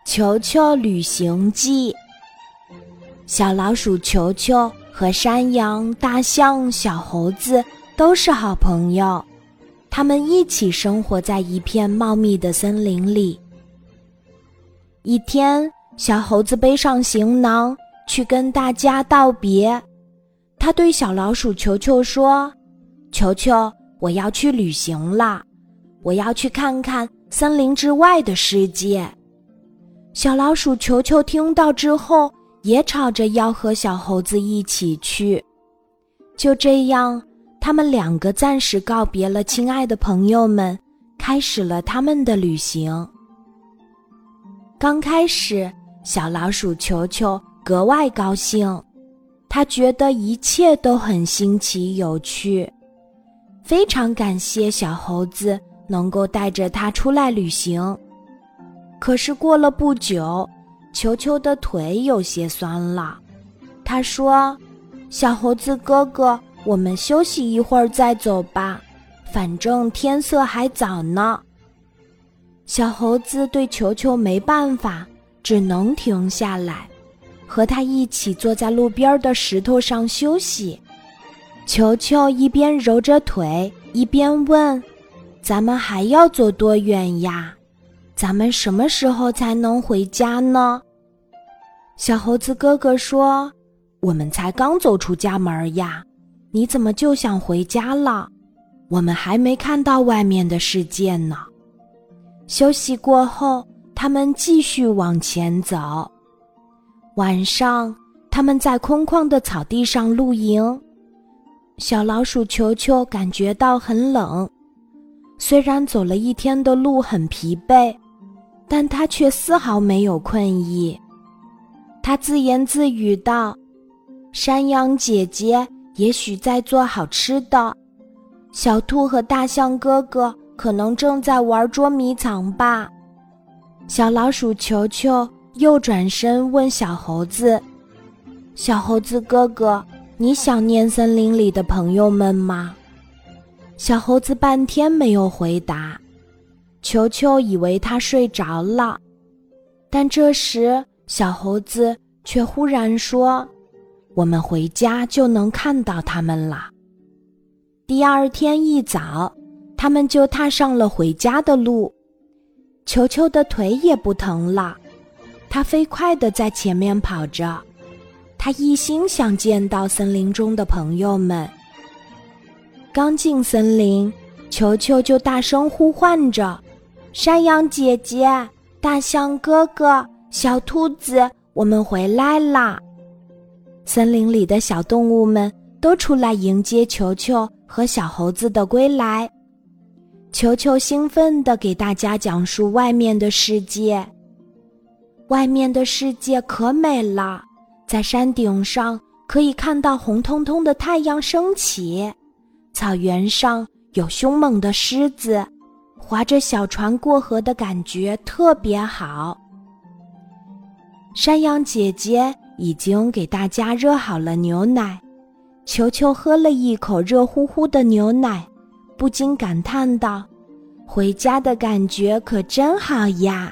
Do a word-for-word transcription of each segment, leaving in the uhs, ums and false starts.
球球旅行记。小老鼠球球和山羊、大象、小猴子都是好朋友，他们一起生活在一片茂密的森林里。一天，小猴子背上行囊去跟大家道别，他对小老鼠球球说：球球，我要去旅行了，我要去看看森林之外的世界。小老鼠球球听到之后，也吵着要和小猴子一起去。就这样，他们两个暂时告别了亲爱的朋友们，开始了他们的旅行。刚开始，小老鼠球球格外高兴，他觉得一切都很新奇有趣，非常感谢小猴子能够带着他出来旅行。可是过了不久，球球的腿有些酸了。他说：小猴子哥哥，我们休息一会儿再走吧，反正天色还早呢。小猴子对球球没办法，只能停下来，和他一起坐在路边的石头上休息。球球一边揉着腿，一边问：咱们还要走多远呀？咱们什么时候才能回家呢？小猴子哥哥说：我们才刚走出家门呀，你怎么就想回家了？我们还没看到外面的世界呢。休息过后，他们继续往前走。晚上，他们在空旷的草地上露营。小老鼠球球感觉到很冷，虽然走了一天的路很疲惫，但他却丝毫没有困意。他自言自语道：山羊姐姐也许在做好吃的，小兔和大象哥哥可能正在玩捉迷藏吧。小老鼠球球又转身问小猴子：小猴子哥哥，你想念森林里的朋友们吗？小猴子半天没有回答，球球以为他睡着了，但这时小猴子却忽然说：我们回家就能看到他们了。第二天一早，他们就踏上了回家的路。球球的腿也不疼了，他飞快地在前面跑着，他一心想见到森林中的朋友们。刚进森林，球球就大声呼唤着：山羊姐姐，大象哥哥，小兔子，我们回来啦！森林里的小动物们都出来迎接球球和小猴子的归来。球球兴奋地给大家讲述外面的世界。外面的世界可美了，在山顶上可以看到红彤彤的太阳升起，草原上有凶猛的狮子，划着小船过河的感觉特别好。山羊姐姐已经给大家热好了牛奶，球球喝了一口热乎乎的牛奶，不禁感叹道：回家的感觉可真好呀。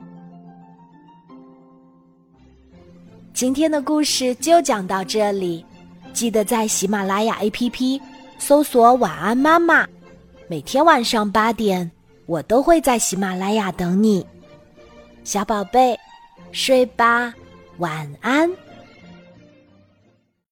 今天的故事就讲到这里，记得在喜马拉雅 A P P 搜索晚安妈妈，每天晚上八点，我都会在喜马拉雅等你。小宝贝，睡吧，晚安。